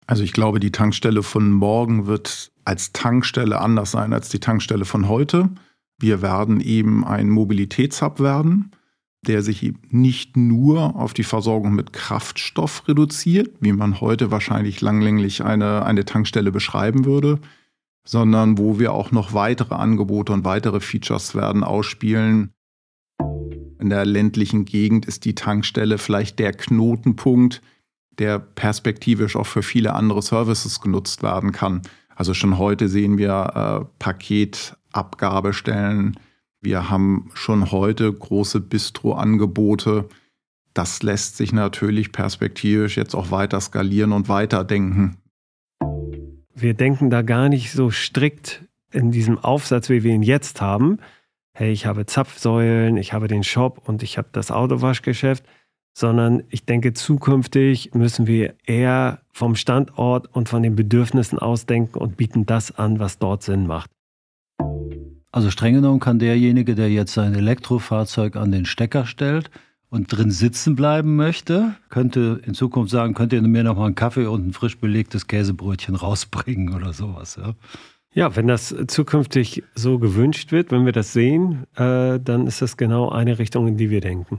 Also ich glaube, die Tankstelle von morgen wird als Tankstelle anders sein als die Tankstelle von heute. Wir werden eben ein Mobilitätshub werden, der sich nicht nur auf die Versorgung mit Kraftstoff reduziert, wie man heute wahrscheinlich langlänglich eine Tankstelle beschreiben würde, sondern wo wir auch noch weitere Angebote und weitere Features werden ausspielen. In der ländlichen Gegend ist die Tankstelle vielleicht der Knotenpunkt, der perspektivisch auch für viele andere Services genutzt werden kann. Also schon heute sehen wir Paketabgabestellen. Wir haben schon heute große Bistro-Angebote. Das lässt sich natürlich perspektivisch jetzt auch weiter skalieren und weiterdenken. Wir denken da gar nicht so strikt in diesem Aufsatz, wie wir ihn jetzt haben. Hey, ich habe Zapfsäulen, ich habe den Shop und ich habe das Autowaschgeschäft. Sondern ich denke, zukünftig müssen wir eher vom Standort und von den Bedürfnissen ausdenken und bieten das an, was dort Sinn macht. Also streng genommen kann derjenige, der jetzt sein Elektrofahrzeug an den Stecker stellt und drin sitzen bleiben möchte, könnte in Zukunft sagen, könnt ihr mir noch mal einen Kaffee und ein frisch belegtes Käsebrötchen rausbringen oder sowas. Ja, ja, wenn das zukünftig so gewünscht wird, wenn wir das sehen, dann ist das genau eine Richtung, in die wir denken.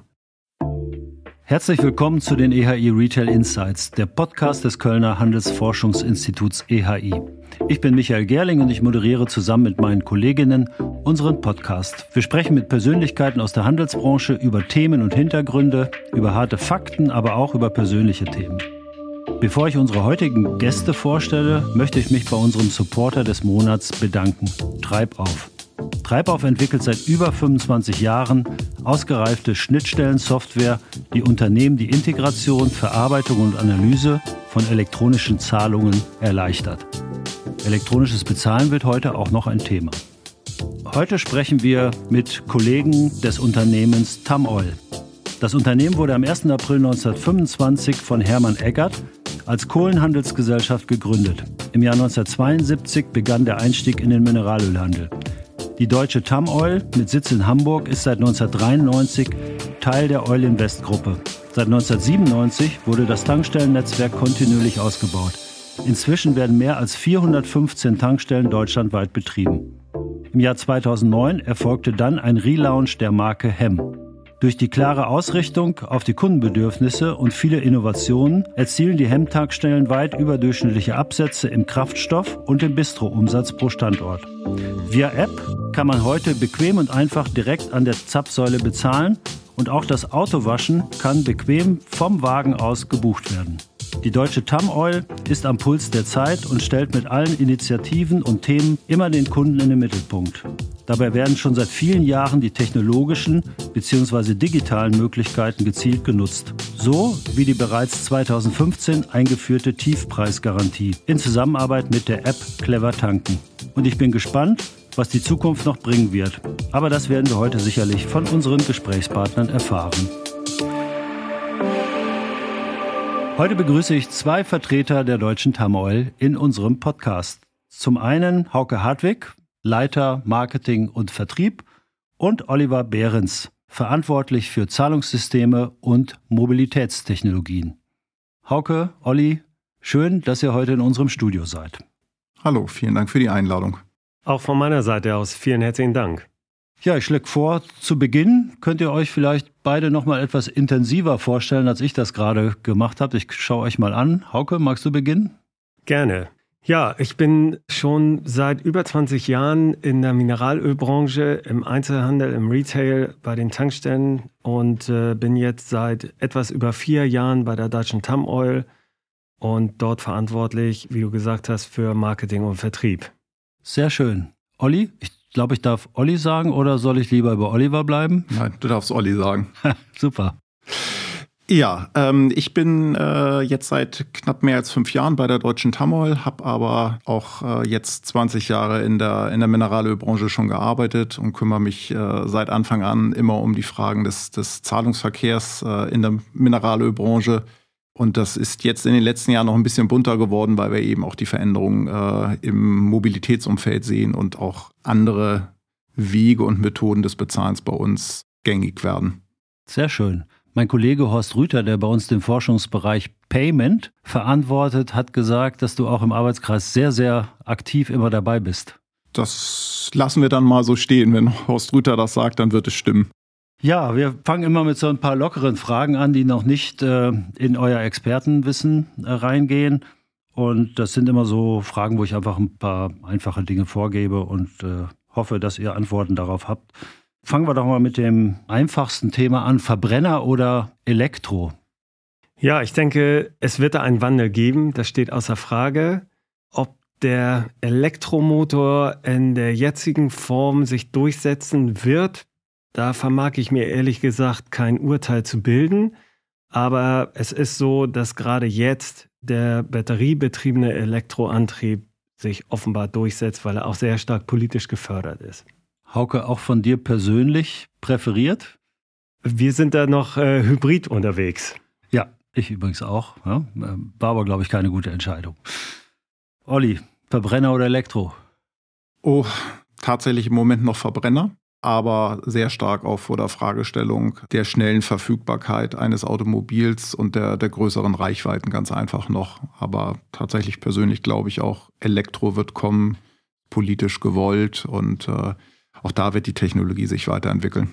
Herzlich willkommen zu den EHI Retail Insights, der Podcast des Kölner Handelsforschungsinstituts EHI. Ich bin Michael Gerling und ich moderiere zusammen mit meinen Kolleginnen unseren Podcast. Wir sprechen mit Persönlichkeiten aus der Handelsbranche über Themen und Hintergründe, über harte Fakten, aber auch über persönliche Themen. Bevor ich unsere heutigen Gäste vorstelle, möchte ich mich bei unserem Supporter des Monats bedanken, Treibauf. Treibauf entwickelt seit über 25 Jahren ausgereifte Schnittstellensoftware, die Unternehmen die Integration, Verarbeitung und Analyse von elektronischen Zahlungen erleichtert. Elektronisches Bezahlen wird heute auch noch ein Thema. Heute sprechen wir mit Kollegen des Unternehmens Tamoil. Das Unternehmen wurde am 1. April 1925 von Hermann Eggert als Kohlenhandelsgesellschaft gegründet. Im Jahr 1972 begann der Einstieg in den Mineralölhandel. Die deutsche Tamoil mit Sitz in Hamburg ist seit 1993 Teil der Oil Invest Gruppe. Seit 1997 wurde das Tankstellennetzwerk kontinuierlich ausgebaut. Inzwischen werden mehr als 415 Tankstellen deutschlandweit betrieben. Im Jahr 2009 erfolgte dann ein Relaunch der Marke Hemm. Durch die klare Ausrichtung auf die Kundenbedürfnisse und viele Innovationen erzielen die Hemm-Tankstellen weit überdurchschnittliche Absätze im Kraftstoff- und im Bistro-Umsatz pro Standort. Via App kann man heute bequem und einfach direkt an der Zapfsäule bezahlen und auch das Autowaschen kann bequem vom Wagen aus gebucht werden. Die deutsche Tamoil ist am Puls der Zeit und stellt mit allen Initiativen und Themen immer den Kunden in den Mittelpunkt. Dabei werden schon seit vielen Jahren die technologischen bzw. digitalen Möglichkeiten gezielt genutzt. So wie die bereits 2015 eingeführte Tiefpreisgarantie in Zusammenarbeit mit der App Clever Tanken. Und ich bin gespannt, was die Zukunft noch bringen wird. Aber das werden wir heute sicherlich von unseren Gesprächspartnern erfahren. Heute begrüße ich zwei Vertreter der deutschen Tamoil in unserem Podcast. Zum einen Hauke Hartwig, Leiter Marketing und Vertrieb, und Oliver Behrens, verantwortlich für Zahlungssysteme und Mobilitätstechnologien. Hauke, Olli, schön, dass ihr heute in unserem Studio seid. Hallo, vielen Dank für die Einladung. Auch von meiner Seite aus vielen herzlichen Dank. Ja, ich schlage vor, zu Beginn könnt ihr euch vielleicht beide noch mal etwas intensiver vorstellen, als ich das gerade gemacht habe. Ich schaue euch mal an. Hauke, magst du beginnen? Gerne. Ja, ich bin schon seit über 20 Jahren in der Mineralölbranche, im Einzelhandel, im Retail, bei den Tankstellen und bin jetzt seit etwas über 4 Jahren bei der deutschen Tamoil und dort verantwortlich, wie du gesagt hast, für Marketing und Vertrieb. Sehr schön. Olli, ich glaube, ich darf Olli sagen oder soll ich lieber bei Oliver bleiben? Nein, du darfst Olli sagen. Super. Ja, ich bin jetzt seit knapp mehr als 5 Jahren bei der deutschen Tamoil, habe aber auch jetzt 20 Jahre in der Mineralölbranche schon gearbeitet und kümmere mich seit Anfang an immer um die Fragen des Zahlungsverkehrs in der Mineralölbranche. Und das ist jetzt in den letzten Jahren noch ein bisschen bunter geworden, weil wir eben auch die Veränderungen im Mobilitätsumfeld sehen und auch andere Wege und Methoden des Bezahlens bei uns gängig werden. Sehr schön. Mein Kollege Horst Rüther, der bei uns den Forschungsbereich Payment verantwortet, hat gesagt, dass du auch im Arbeitskreis sehr, sehr aktiv immer dabei bist. Das lassen wir dann mal so stehen. Wenn Horst Rüther das sagt, dann wird es stimmen. Ja, wir fangen immer mit so ein paar lockeren Fragen an, die noch nicht in euer Expertenwissen reingehen. Und das sind immer so Fragen, wo ich einfach ein paar einfache Dinge vorgebe und hoffe, dass ihr Antworten darauf habt. Fangen wir doch mal mit dem einfachsten Thema an. Verbrenner oder Elektro? Ja, ich denke, es wird da einen Wandel geben. Das steht außer Frage. Ob der Elektromotor in der jetzigen Form sich durchsetzen wird, da vermag ich mir ehrlich gesagt kein Urteil zu bilden. Aber es ist so, dass gerade jetzt der batteriebetriebene Elektroantrieb sich offenbar durchsetzt, weil er auch sehr stark politisch gefördert ist. Hauke, auch von dir persönlich präferiert? Wir sind da noch hybrid unterwegs. Ja, ich übrigens auch. Ja. War aber, glaube ich, keine gute Entscheidung. Olli, Verbrenner oder Elektro? Oh, tatsächlich im Moment noch Verbrenner, aber sehr stark auch vor der Fragestellung der schnellen Verfügbarkeit eines Automobils und der größeren Reichweiten ganz einfach noch. Aber tatsächlich persönlich glaube ich auch, Elektro wird kommen, politisch gewollt und auch da wird die Technologie sich weiterentwickeln.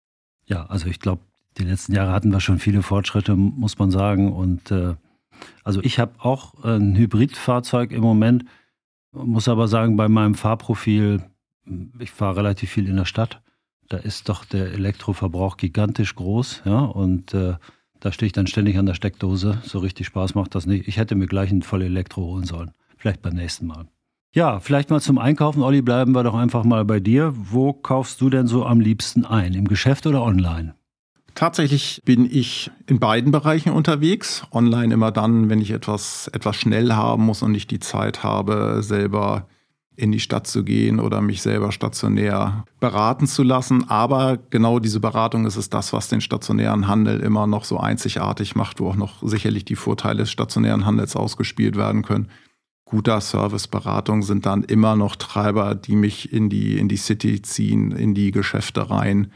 Ja, also ich glaube, die letzten Jahre hatten wir schon viele Fortschritte, muss man sagen. Und also ich habe auch ein Hybridfahrzeug im Moment, muss aber sagen, bei meinem Fahrprofil, ich fahre relativ viel in der Stadt, da ist doch der Elektroverbrauch gigantisch groß. Ja, und da stehe ich dann ständig an der Steckdose. So richtig Spaß macht das nicht. Ich hätte mir gleich ein voll Elektro holen sollen. Vielleicht beim nächsten Mal. Ja, vielleicht mal zum Einkaufen. Olli, bleiben wir doch einfach mal bei dir. Wo kaufst du denn so am liebsten ein? Im Geschäft oder online? Tatsächlich bin ich in beiden Bereichen unterwegs. Online immer dann, wenn ich etwas schnell haben muss und nicht die Zeit habe, selber in die Stadt zu gehen oder mich selber stationär beraten zu lassen. Aber genau diese Beratung ist es das, was den stationären Handel immer noch so einzigartig macht, wo auch noch sicherlich die Vorteile des stationären Handels ausgespielt werden können. Guter Service, Beratung sind dann immer noch Treiber, die mich in die City ziehen, in die Geschäfte rein.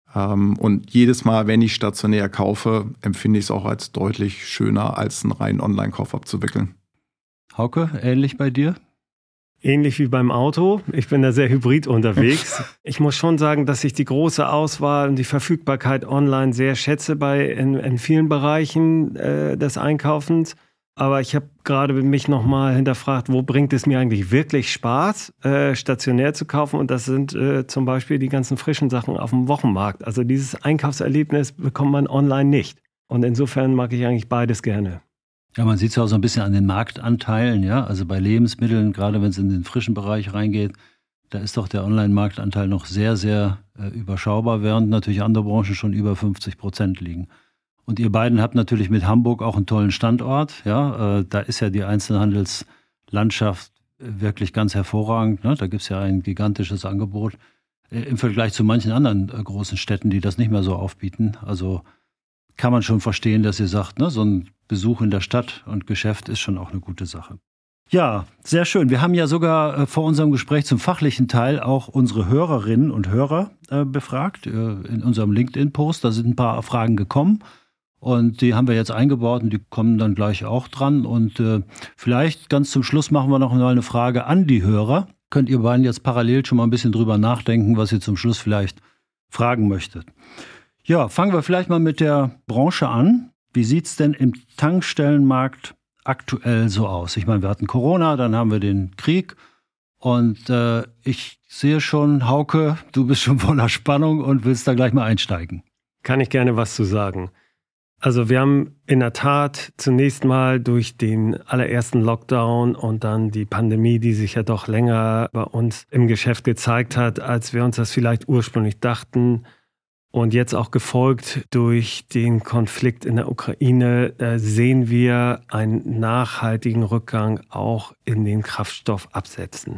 Und jedes Mal, wenn ich stationär kaufe, empfinde ich es auch als deutlich schöner, als einen reinen Online-Kauf abzuwickeln. Hauke, ähnlich bei dir? Ähnlich wie beim Auto. Ich bin da sehr hybrid unterwegs. Ich muss schon sagen, dass ich die große Auswahl und die Verfügbarkeit online sehr schätze in vielen Bereichen des Einkaufens. Aber ich habe gerade mich nochmal hinterfragt, wo bringt es mir eigentlich wirklich Spaß, stationär zu kaufen? Und das sind zum Beispiel die ganzen frischen Sachen auf dem Wochenmarkt. Also dieses Einkaufserlebnis bekommt man online nicht. Und insofern mag ich eigentlich beides gerne. Ja, man sieht es ja auch so ein bisschen an den Marktanteilen. Ja? Also bei Lebensmitteln, gerade wenn es in den frischen Bereich reingeht, da ist doch der Online-Marktanteil noch sehr, sehr überschaubar, während natürlich andere Branchen schon über 50% liegen. Und ihr beiden habt natürlich mit Hamburg auch einen tollen Standort. Ja, da ist ja die Einzelhandelslandschaft wirklich ganz hervorragend. Ne? Da gibt es ja ein gigantisches Angebot im Vergleich zu manchen anderen großen Städten, die das nicht mehr so aufbieten. Also kann man schon verstehen, dass ihr sagt, ne, so ein Besuch in der Stadt und Geschäft ist schon auch eine gute Sache. Ja, sehr schön. Wir haben ja sogar vor unserem Gespräch zum fachlichen Teil auch unsere Hörerinnen und Hörer befragt in unserem LinkedIn-Post. Da sind ein paar Fragen gekommen. Und die haben wir jetzt eingebaut und die kommen dann gleich auch dran. Und vielleicht ganz zum Schluss machen wir noch mal eine Frage an die Hörer. Könnt ihr beiden jetzt parallel schon mal ein bisschen drüber nachdenken, was ihr zum Schluss vielleicht fragen möchtet. Ja, fangen wir vielleicht mal mit der Branche an. Wie sieht es denn im Tankstellenmarkt aktuell so aus? Ich meine, wir hatten Corona, dann haben wir den Krieg. Und ich sehe schon, Hauke, du bist schon voller Spannung und willst da gleich mal einsteigen. Kann ich gerne was zu sagen. Also wir haben in der Tat zunächst mal durch den allerersten Lockdown und dann die Pandemie, die sich ja doch länger bei uns im Geschäft gezeigt hat, als wir uns das vielleicht ursprünglich dachten, und jetzt auch gefolgt durch den Konflikt in der Ukraine, sehen wir einen nachhaltigen Rückgang auch in den Kraftstoffabsätzen.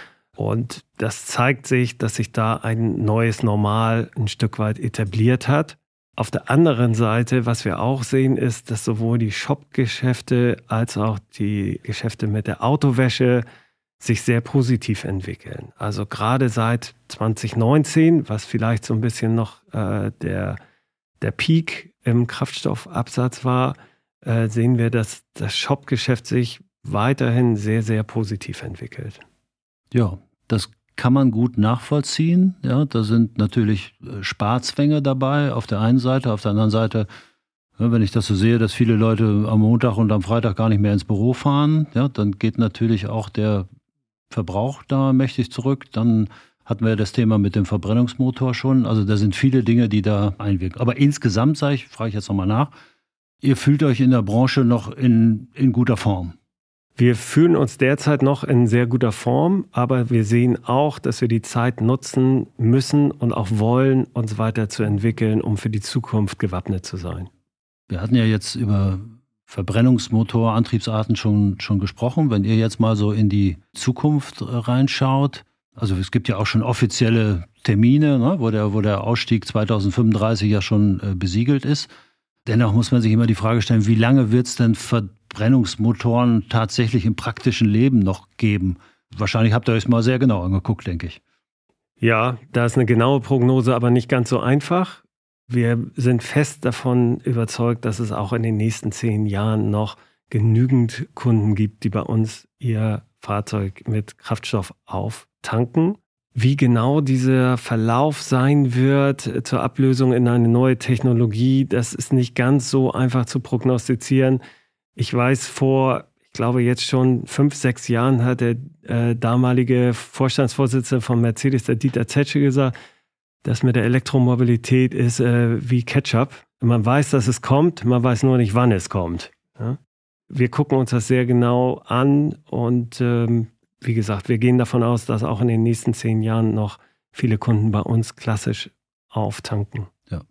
Und das zeigt sich, dass sich da ein neues Normal ein Stück weit etabliert hat. Auf der anderen Seite, was wir auch sehen, ist, dass sowohl die Shop-Geschäfte als auch die Geschäfte mit der Autowäsche sich sehr positiv entwickeln. Also gerade seit 2019, was vielleicht so ein bisschen noch der Peak im Kraftstoffabsatz war, sehen wir, dass das Shop-Geschäft sich weiterhin sehr, sehr positiv entwickelt. Ja, das kann man gut nachvollziehen. Ja, da sind natürlich Sparzwänge dabei auf der einen Seite, auf der anderen Seite, wenn ich das so sehe, dass viele Leute am Montag und am Freitag gar nicht mehr ins Büro fahren, ja, dann geht natürlich auch der Verbrauch da mächtig zurück. Dann hatten wir das Thema mit dem Verbrennungsmotor schon. Also da sind viele Dinge, die da einwirken. Aber insgesamt, frage ich jetzt nochmal nach, ihr fühlt euch in der Branche noch in guter Form? Wir fühlen uns derzeit noch in sehr guter Form, aber wir sehen auch, dass wir die Zeit nutzen müssen und auch wollen, uns weiterzuentwickeln, um für die Zukunft gewappnet zu sein. Wir hatten ja jetzt über Verbrennungsmotor-Antriebsarten schon gesprochen. Wenn ihr jetzt mal so in die Zukunft reinschaut, also es gibt ja auch schon offizielle Termine, ne, wo der Ausstieg 2035 ja schon besiegelt ist. Dennoch muss man sich immer die Frage stellen, wie lange wird es denn Verbrennungsmotoren tatsächlich im praktischen Leben noch geben? Wahrscheinlich habt ihr euch mal sehr genau angeguckt, denke ich. Ja, da ist eine genaue Prognose, aber nicht ganz so einfach. Wir sind fest davon überzeugt, dass es auch in den nächsten 10 Jahren noch genügend Kunden gibt, die bei uns ihr Fahrzeug mit Kraftstoff auftanken. Wie genau dieser Verlauf sein wird zur Ablösung in eine neue Technologie, das ist nicht ganz so einfach zu prognostizieren. Ich weiß, ich glaube jetzt schon 5, 6 Jahren hat der damalige Vorstandsvorsitzende von Mercedes, der Dieter Zetsche, gesagt, das mit der Elektromobilität ist wie Ketchup. Man weiß, dass es kommt, man weiß nur nicht, wann es kommt. Ja? Wir gucken uns das sehr genau an und wie gesagt, wir gehen davon aus, dass auch in den nächsten 10 Jahren noch viele Kunden bei uns klassisch auftanken. Ja,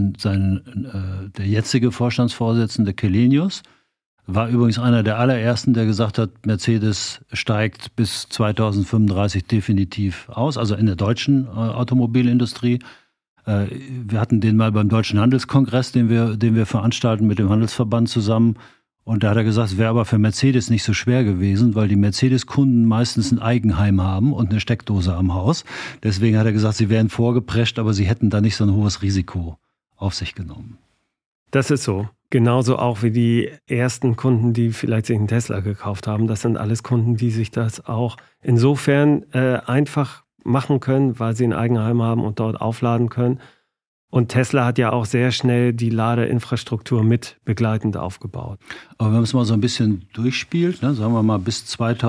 der jetzige Vorstandsvorsitzende Källenius war übrigens einer der allerersten, der gesagt hat, Mercedes steigt bis 2035 definitiv aus, also in der deutschen Automobilindustrie. Wir hatten den mal beim Deutschen Handelskongress, den wir veranstalten mit dem Handelsverband zusammen. Und da hat er gesagt, es wäre aber für Mercedes nicht so schwer gewesen, weil die Mercedes-Kunden meistens ein Eigenheim haben und eine Steckdose am Haus. Deswegen hat er gesagt, sie wären vorgeprescht, aber sie hätten da nicht so ein hohes Risiko auf sich genommen. Das ist so. Genauso auch wie die ersten Kunden, die vielleicht sich einen Tesla gekauft haben. Das sind alles Kunden, die sich das auch insofern einfach machen können, weil sie ein Eigenheim haben und dort aufladen können. Und Tesla hat ja auch sehr schnell die Ladeinfrastruktur mit begleitend aufgebaut. Aber wenn man es mal so ein bisschen durchspielt, ne, sagen wir mal, bis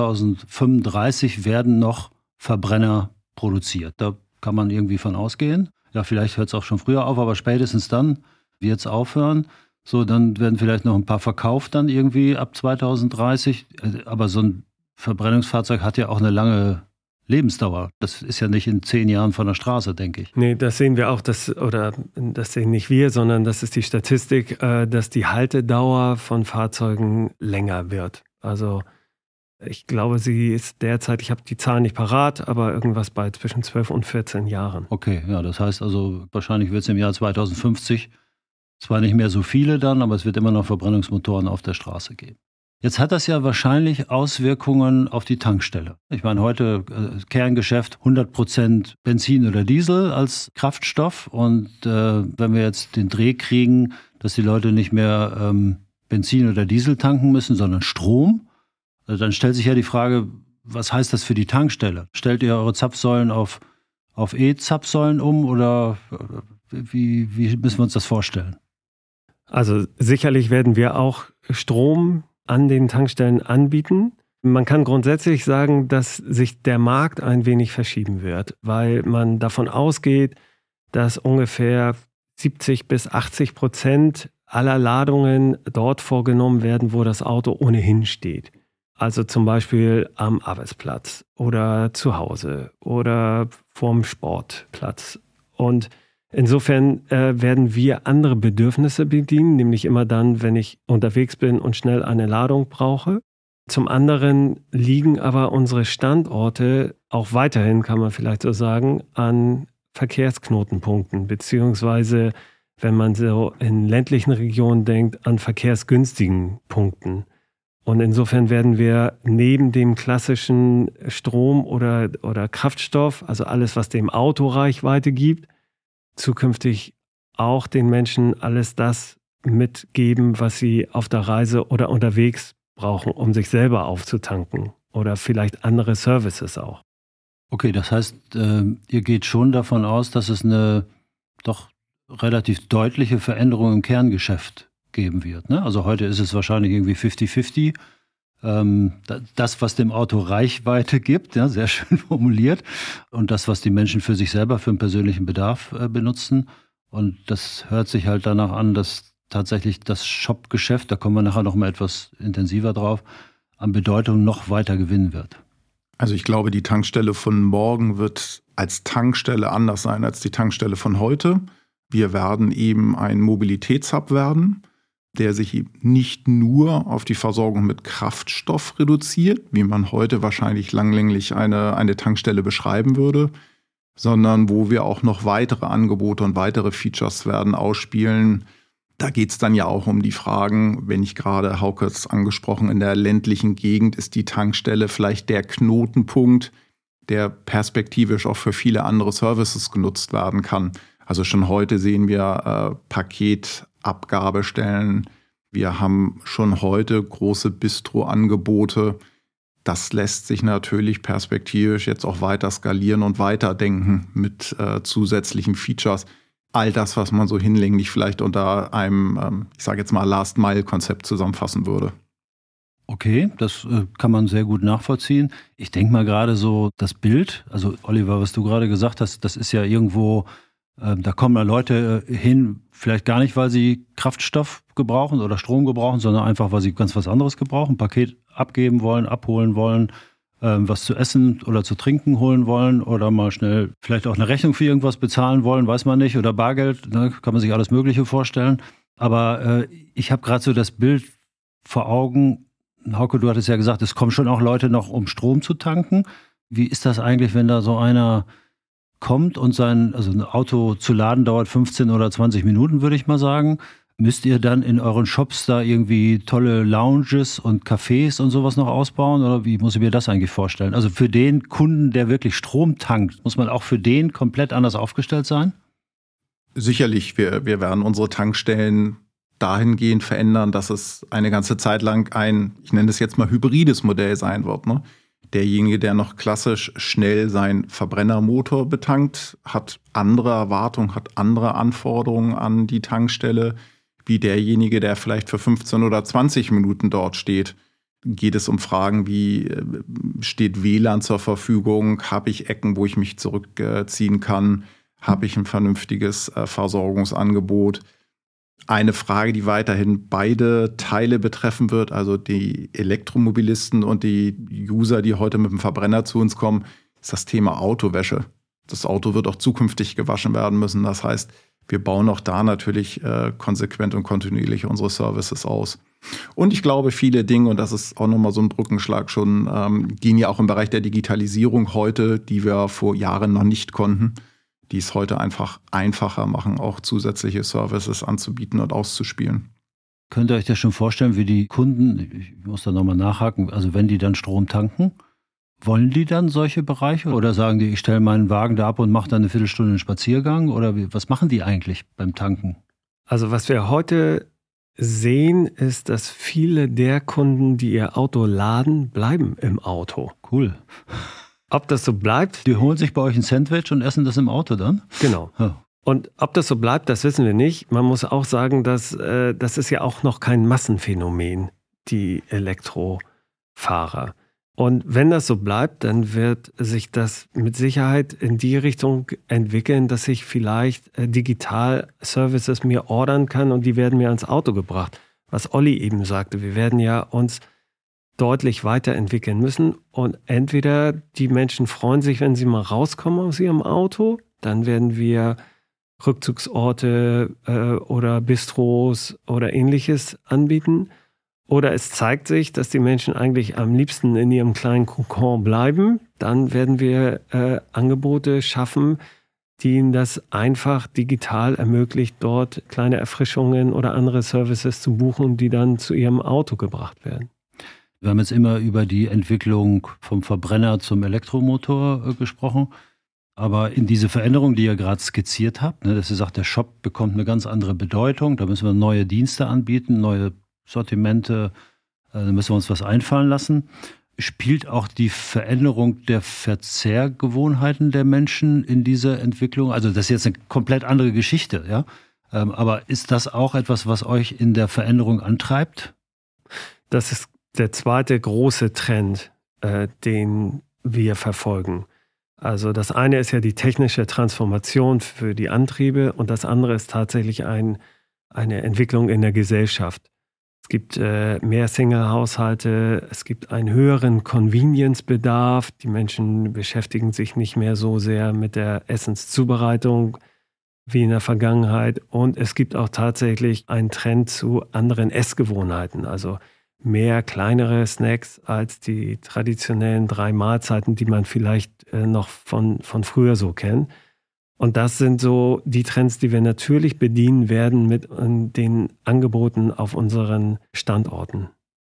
2035 werden noch Verbrenner produziert. Da kann man irgendwie von ausgehen. Ja, vielleicht hört es auch schon früher auf, aber spätestens dann wird es aufhören. So, dann werden vielleicht noch ein paar verkauft dann irgendwie ab 2030. Aber so ein Verbrennungsfahrzeug hat ja auch eine lange Lebensdauer. Das ist ja nicht in 10 Jahren von der Straße, denke ich. Nee, das sehen wir auch, das sehen nicht wir, sondern das ist die Statistik, dass die Haltedauer von Fahrzeugen länger wird. Also ich glaube, sie ist derzeit, ich habe die Zahlen nicht parat, aber irgendwas bei zwischen 12 und 14 Jahren. Okay, ja, das heißt also, wahrscheinlich wird es im Jahr 2050 zwar nicht mehr so viele dann, aber es wird immer noch Verbrennungsmotoren auf der Straße geben. Jetzt hat das ja wahrscheinlich Auswirkungen auf die Tankstelle. Ich meine, heute Kerngeschäft 100% Benzin oder Diesel als Kraftstoff. Und wenn wir jetzt den Dreh kriegen, dass die Leute nicht mehr Benzin oder Diesel tanken müssen, sondern Strom, dann stellt sich ja die Frage, was heißt das für die Tankstelle? Stellt ihr eure Zapfsäulen auf E-Zapfsäulen um oder wie müssen wir uns das vorstellen? Also sicherlich werden wir auch Strom an den Tankstellen anbieten. Man kann grundsätzlich sagen, dass sich der Markt ein wenig verschieben wird, weil man davon ausgeht, dass ungefähr 70-80% aller Ladungen dort vorgenommen werden, wo das Auto ohnehin steht. Also zum Beispiel am Arbeitsplatz oder zu Hause oder vorm Sportplatz. Und insofern werden wir andere Bedürfnisse bedienen, nämlich immer dann, wenn ich unterwegs bin und schnell eine Ladung brauche. Zum anderen liegen aber unsere Standorte auch weiterhin, kann man vielleicht so sagen, an Verkehrsknotenpunkten, beziehungsweise, wenn man so in ländlichen Regionen denkt, an verkehrsgünstigen Punkten. Und insofern werden wir neben dem klassischen Strom oder Kraftstoff, also alles, was dem Auto Reichweite gibt, zukünftig auch den Menschen alles das mitgeben, was sie auf der Reise oder unterwegs brauchen, um sich selber aufzutanken oder vielleicht andere Services auch. Okay, das heißt, ihr geht schon davon aus, dass es eine doch relativ deutliche Veränderung im Kerngeschäft geben wird, ne? Also heute ist es wahrscheinlich irgendwie 50-50. Das, was dem Auto Reichweite gibt, ja, sehr schön formuliert, und das, was die Menschen für sich selber, für den persönlichen Bedarf benutzen. Und das hört sich halt danach an, dass tatsächlich das Shop-Geschäft, da kommen wir nachher noch mal etwas intensiver drauf, an Bedeutung noch weiter gewinnen wird. Also ich glaube, die Tankstelle von morgen wird als Tankstelle anders sein als die Tankstelle von heute. Wir werden eben ein Mobilitätshub werden, der sich nicht nur auf die Versorgung mit Kraftstoff reduziert, wie man heute wahrscheinlich langlänglich eine Tankstelle beschreiben würde, sondern wo wir auch noch weitere Angebote und weitere Features werden ausspielen. Da geht es dann ja auch um die Fragen, wenn ich gerade Haukes angesprochen, in der ländlichen Gegend ist die Tankstelle vielleicht der Knotenpunkt, der perspektivisch auch für viele andere Services genutzt werden kann. Also schon heute sehen wir Paketabgabestellen. Wir haben schon heute große Bistro-Angebote. Das lässt sich natürlich perspektivisch jetzt auch weiter skalieren und weiterdenken mit zusätzlichen Features. All das, was man so hinlänglich vielleicht unter einem, ich sage jetzt mal, Last-Mile-Konzept zusammenfassen würde. Okay, das kann man sehr gut nachvollziehen. Ich denke mal gerade so das Bild, also Oliver, was du gerade gesagt hast, das ist ja irgendwo, da kommen da Leute hin, vielleicht gar nicht, weil sie Kraftstoff gebrauchen oder Strom gebrauchen, sondern einfach, weil sie ganz was anderes gebrauchen, ein Paket abgeben wollen, abholen wollen, was zu essen oder zu trinken holen wollen oder mal schnell vielleicht auch eine Rechnung für irgendwas bezahlen wollen, weiß man nicht, oder Bargeld, ne, kann man sich alles Mögliche vorstellen. Aber ich habe gerade so das Bild vor Augen. Hauke, du hattest ja gesagt, es kommen schon auch Leute noch, um Strom zu tanken. Wie ist das eigentlich, wenn da so einer kommt und ein Auto zu laden dauert 15 oder 20 Minuten, würde ich mal sagen. Müsst ihr dann in euren Shops da irgendwie tolle Lounges und Cafés und sowas noch ausbauen? Oder wie muss ich mir das eigentlich vorstellen? Also für den Kunden, der wirklich Strom tankt, muss man auch für den komplett anders aufgestellt sein? Sicherlich, wir werden unsere Tankstellen dahingehend verändern, dass es eine ganze Zeit lang ein, ich nenne es jetzt mal hybrides Modell sein wird, ne? Derjenige, der noch klassisch schnell seinen Verbrennermotor betankt, hat andere Erwartungen, hat andere Anforderungen an die Tankstelle, wie derjenige, der vielleicht für 15 oder 20 Minuten dort steht. Geht es um Fragen wie, steht WLAN zur Verfügung? Habe ich Ecken, wo ich mich zurückziehen kann? Habe ich ein vernünftiges Versorgungsangebot? Eine Frage, die weiterhin beide Teile betreffen wird, also die Elektromobilisten und die User, die heute mit dem Verbrenner zu uns kommen, ist das Thema Autowäsche. Das Auto wird auch zukünftig gewaschen werden müssen. Das heißt, wir bauen auch da natürlich konsequent und kontinuierlich unsere Services aus. Und ich glaube, viele Dinge, und das ist auch nochmal so ein Brückenschlag schon, gehen ja auch im Bereich der Digitalisierung heute, die wir vor Jahren noch nicht konnten, die es heute einfach einfacher machen, auch zusätzliche Services anzubieten und auszuspielen. Könnt ihr euch das schon vorstellen, wie die Kunden, ich muss da nochmal nachhaken, also wenn die dann Strom tanken, wollen die dann solche Bereiche? Oder sagen die, ich stelle meinen Wagen da ab und mache dann eine Viertelstunde einen Spaziergang? Oder was machen die eigentlich beim Tanken? Also was wir heute sehen, ist, dass viele der Kunden, die ihr Auto laden, bleiben im Auto. Cool. Ob das so bleibt? Die holen sich bei euch ein Sandwich und essen das im Auto dann? Genau. Ja. Und ob das so bleibt, das wissen wir nicht. Man muss auch sagen, dass das ist ja auch noch kein Massenphänomen, die Elektrofahrer. Und wenn das so bleibt, dann wird sich das mit Sicherheit in die Richtung entwickeln, dass ich vielleicht digital Services mir ordern kann und die werden mir ans Auto gebracht. Was Olli eben sagte, wir werden ja uns deutlich weiterentwickeln müssen und entweder die Menschen freuen sich, wenn sie mal rauskommen aus ihrem Auto, dann werden wir Rückzugsorte oder Bistros oder ähnliches anbieten. Oder es zeigt sich, dass die Menschen eigentlich am liebsten in ihrem kleinen Kokon bleiben. Dann werden wir Angebote schaffen, die ihnen das einfach digital ermöglicht, dort kleine Erfrischungen oder andere Services zu buchen, die dann zu ihrem Auto gebracht werden. Wir haben jetzt immer über die Entwicklung vom Verbrenner zum Elektromotor gesprochen. Aber in diese Veränderung, die ihr gerade skizziert habt, dass ihr sagt, der Shop bekommt eine ganz andere Bedeutung, da müssen wir neue Dienste anbieten, neue Sortimente, da müssen wir uns was einfallen lassen. Spielt auch die Veränderung der Verzehrgewohnheiten der Menschen in dieser Entwicklung? Also das ist jetzt eine komplett andere Geschichte, ja? Aber ist das auch etwas, was euch in der Veränderung antreibt? Das ist der zweite große Trend, den wir verfolgen. Also das eine ist ja die technische Transformation für die Antriebe und das andere ist tatsächlich eine Entwicklung in der Gesellschaft. Es gibt mehr Single-Haushalte, es gibt einen höheren Convenience-Bedarf. Die Menschen beschäftigen sich nicht mehr so sehr mit der Essenszubereitung wie in der Vergangenheit. Und es gibt auch tatsächlich einen Trend zu anderen Essgewohnheiten. Also mehr kleinere Snacks als die traditionellen 3 Mahlzeiten, die man vielleicht noch von früher so kennt. Und das sind so die Trends, die wir natürlich bedienen werden mit den Angeboten auf unseren Standorten.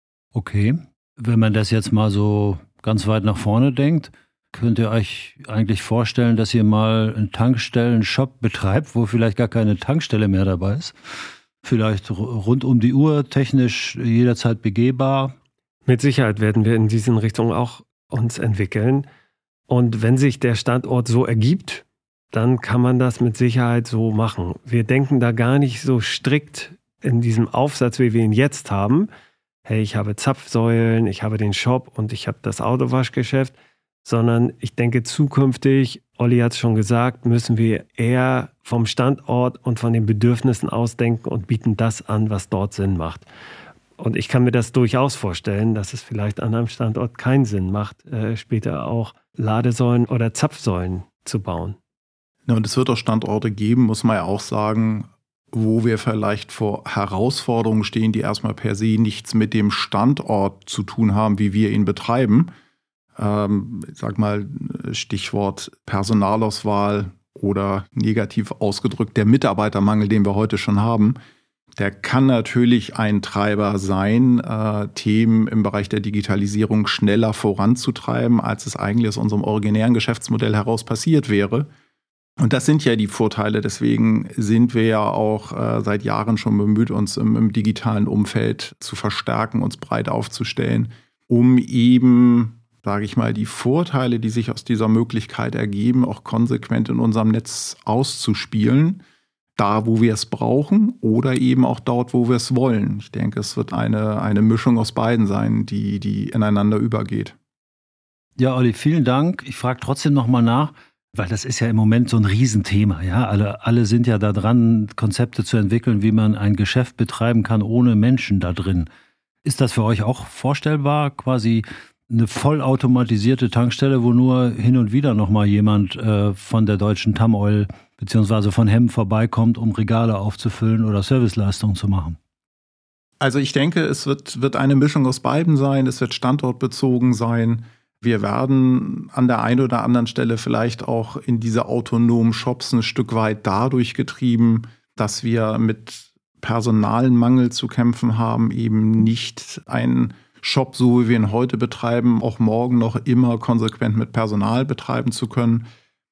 Okay, wenn man das jetzt mal so ganz weit nach vorne denkt, könnt ihr euch eigentlich vorstellen, dass ihr mal einen Tankstellen-Shop betreibt, wo vielleicht gar keine Tankstelle mehr dabei ist? Vielleicht rund um die Uhr, technisch jederzeit begehbar? Mit Sicherheit werden wir in diesen Richtungen auch uns entwickeln. Und wenn sich der Standort so ergibt, dann kann man das mit Sicherheit so machen. Wir denken da gar nicht so strikt in diesem Aufsatz, wie wir ihn jetzt haben. Hey, ich habe Zapfsäulen, ich habe den Shop und ich habe das Autowaschgeschäft. Sondern ich denke zukünftig, Olli hat es schon gesagt, müssen wir eher vom Standort und von den Bedürfnissen ausdenken und bieten das an, was dort Sinn macht. Und ich kann mir das durchaus vorstellen, dass es vielleicht an einem Standort keinen Sinn macht, später auch Ladesäulen oder Zapfsäulen zu bauen. Ja, und es wird auch Standorte geben, muss man ja auch sagen, wo wir vielleicht vor Herausforderungen stehen, die erstmal per se nichts mit dem Standort zu tun haben, wie wir ihn betreiben. Sag mal, Stichwort Personalauswahl oder negativ ausgedrückt der Mitarbeitermangel, den wir heute schon haben. Der kann natürlich ein Treiber sein, Themen im Bereich der Digitalisierung schneller voranzutreiben, als es eigentlich aus unserem originären Geschäftsmodell heraus passiert wäre. Und das sind ja die Vorteile. Deswegen sind wir ja auch seit Jahren schon bemüht, uns im digitalen Umfeld zu verstärken, uns breit aufzustellen, um eben, sage ich mal, die Vorteile, die sich aus dieser Möglichkeit ergeben, auch konsequent in unserem Netz auszuspielen. Da, wo wir es brauchen oder eben auch dort, wo wir es wollen. Ich denke, es wird eine Mischung aus beiden sein, die ineinander übergeht. Ja, Olli, vielen Dank. Ich frage trotzdem nochmal nach, weil das ist ja im Moment so ein Riesenthema. Ja? Alle sind ja da dran, Konzepte zu entwickeln, wie man ein Geschäft betreiben kann ohne Menschen da drin. Ist das für euch auch vorstellbar, quasi eine vollautomatisierte Tankstelle, wo nur hin und wieder nochmal jemand von der Deutschen Tamoil beziehungsweise von Hemm vorbeikommt, um Regale aufzufüllen oder Serviceleistungen zu machen? Also ich denke, es wird eine Mischung aus beiden sein. Es wird standortbezogen sein. Wir werden an der einen oder anderen Stelle vielleicht auch in diese autonomen Shops ein Stück weit dadurch getrieben, dass wir mit Personalmangel zu kämpfen haben, eben nicht einen Shop, so wie wir ihn heute betreiben, auch morgen noch immer konsequent mit Personal betreiben zu können.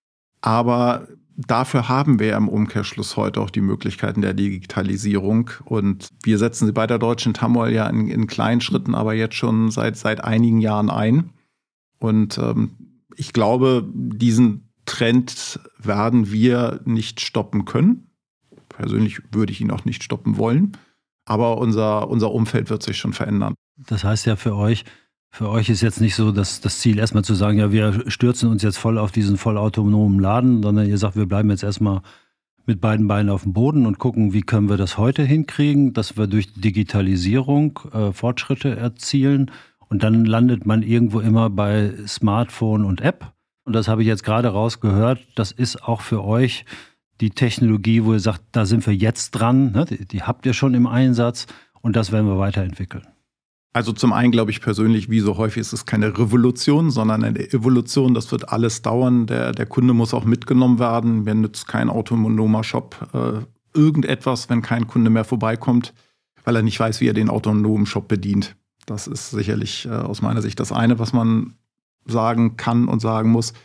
Aber dafür haben wir ja im Umkehrschluss heute auch die Möglichkeiten der Digitalisierung. Und wir setzen sie bei der Deutschen Tamoil ja in kleinen Schritten, aber jetzt schon seit einigen Jahren ein. Und ich glaube, diesen Trend werden wir nicht stoppen können. Persönlich würde ich ihn auch nicht stoppen wollen. Aber unser Umfeld wird sich schon verändern. Das heißt ja für euch ist jetzt nicht so das Ziel, erstmal zu sagen, ja, wir stürzen uns jetzt voll auf diesen vollautonomen Laden, sondern ihr sagt, wir bleiben jetzt erstmal mit beiden Beinen auf dem Boden und gucken, wie können wir das heute hinkriegen, dass wir durch Digitalisierung Fortschritte erzielen. Und dann landet man irgendwo immer bei Smartphone und App. Und das habe ich jetzt gerade rausgehört. Das ist auch für euch die Technologie, wo ihr sagt, da sind wir jetzt dran. Ne? Die habt ihr schon im Einsatz und das werden wir weiterentwickeln. Also zum einen glaube ich persönlich, wie so häufig ist es keine Revolution, sondern eine Evolution. Das wird alles dauern. Der Kunde muss auch mitgenommen werden. Mir nützt kein autonomer Shop irgendetwas, wenn kein Kunde mehr vorbeikommt, weil er nicht weiß, wie er den autonomen Shop bedient. Das ist sicherlich aus meiner Sicht das eine, was man sagen kann und sagen muss.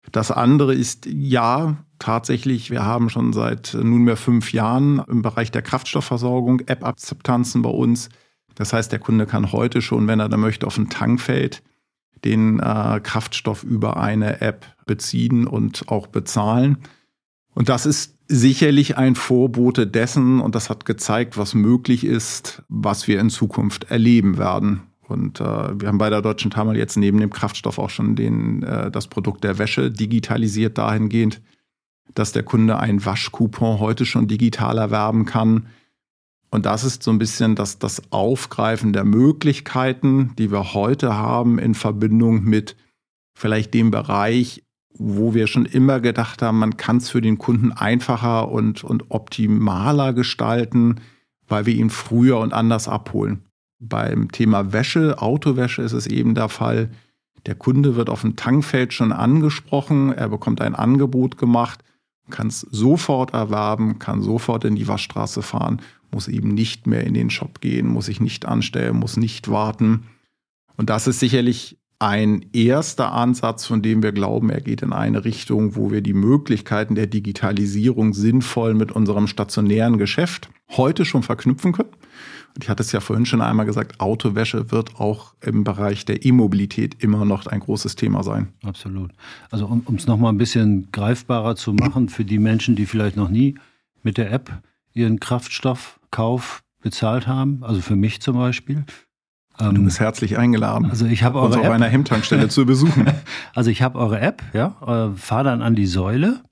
Das andere ist, ja, tatsächlich, wir haben schon seit nunmehr 5 Jahren im Bereich der Kraftstoffversorgung App-Akzeptanzen bei uns. Das heißt, der Kunde kann heute schon, wenn er da möchte, auf ein Tankfeld den Kraftstoff über eine App beziehen und auch bezahlen. Und das ist sicherlich ein Vorbote dessen, und das hat gezeigt, was möglich ist, was wir in Zukunft erleben werden. Und wir haben bei der Deutschen Thermal jetzt neben dem Kraftstoff auch schon das Produkt der Wäsche digitalisiert dahingehend, dass der Kunde einen Waschcoupon heute schon digital erwerben kann. Und das ist so ein bisschen das Aufgreifen der Möglichkeiten, die wir heute haben in Verbindung mit vielleicht dem Bereich, wo wir schon immer gedacht haben, man kann es für den Kunden einfacher und optimaler gestalten, weil wir ihn früher und anders abholen. Beim Thema Wäsche, Autowäsche ist es eben der Fall, der Kunde wird auf dem Tankfeld schon angesprochen, er bekommt ein Angebot gemacht, kann es sofort erwerben, kann sofort in die Waschstraße fahren, muss eben nicht mehr in den Shop gehen, muss sich nicht anstellen, muss nicht warten. Und das ist sicherlich ein erster Ansatz, von dem wir glauben, er geht in eine Richtung, wo wir die Möglichkeiten der Digitalisierung sinnvoll mit unserem stationären Geschäft heute schon verknüpfen können. Und ich hatte es ja vorhin schon einmal gesagt, Autowäsche wird auch im Bereich der E-Mobilität immer noch ein großes Thema sein. Absolut. Also um es nochmal ein bisschen greifbarer zu machen für die Menschen, die vielleicht noch nie mit der App ihren Kraftstoffkauf bezahlt haben, also für mich zum Beispiel. Du bist herzlich eingeladen, also ich habe uns auf einer Hemmtankstelle zu besuchen. Also ich habe eure App, ja, fahre dann an die Säule.